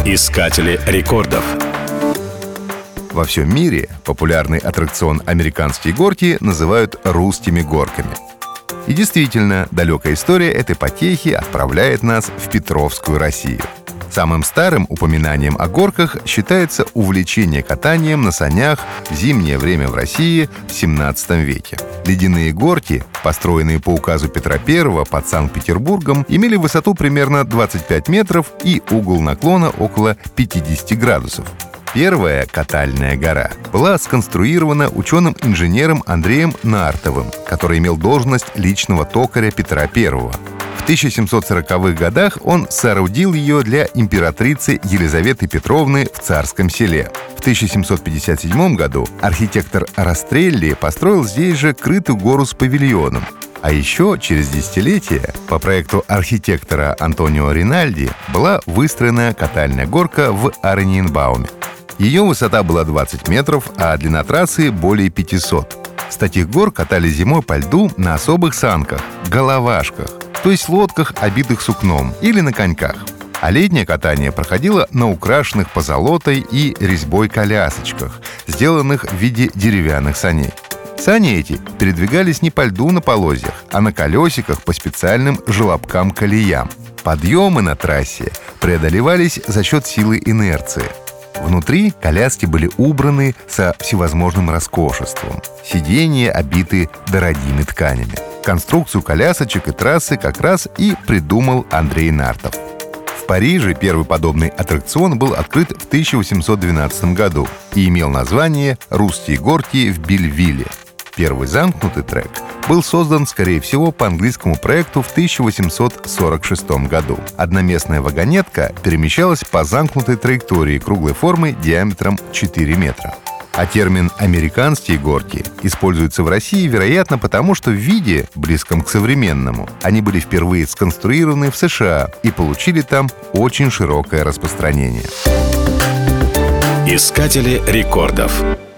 Искатели рекордов. Во всем мире популярный аттракцион «Американские горки» называют «русскими горками». И действительно, далекая история этой потехи отправляет нас в Петровскую Россию. Самым старым упоминанием о горках считается увлечение катанием на санях в зимнее время в России в XVII веке. Ледяные горки, построенные по указу Петра I под Санкт-Петербургом, имели высоту примерно 25 метров и угол наклона около 50 градусов. Первая катальная гора была сконструирована ученым-инженером Андреем Нартовым, который имел должность личного токаря Петра I. В 1740-х годах он соорудил ее для императрицы Елизаветы Петровны в Царском Селе. В 1757 году архитектор Растрелли построил здесь же крытую гору с павильоном. А еще через десятилетие по проекту архитектора Антонио Ринальди была выстроена катальная горка в Орanienbauме. Ее высота была 20 метров, а длина трассы более 500. С таких гор катались зимой по льду на особых санках – головашках, то есть лодках, обитых сукном, или на коньках. А летнее катание проходило на украшенных позолотой и резьбой колясочках, сделанных в виде деревянных саней. Сани эти передвигались не по льду на полозьях, а на колесиках по специальным желобкам-колеям. Подъемы на трассе преодолевались за счет силы инерции. Внутри коляски были убраны со всевозможным роскошеством. Сиденья обиты дорогими тканями. Конструкцию колясочек и трассы как раз и придумал Андрей Нартов. В Париже первый подобный аттракцион был открыт в 1812 году и имел название «Русские горки в Бельвилле». Первый замкнутый трек был создан, скорее всего, по английскому проекту в 1846 году. Одноместная вагонетка перемещалась по замкнутой траектории круглой формы диаметром 4 метра. А термин «американские горки» используется в России, вероятно, потому что в виде, близком к современному, они были впервые сконструированы в США и получили там очень широкое распространение. Искатели рекордов.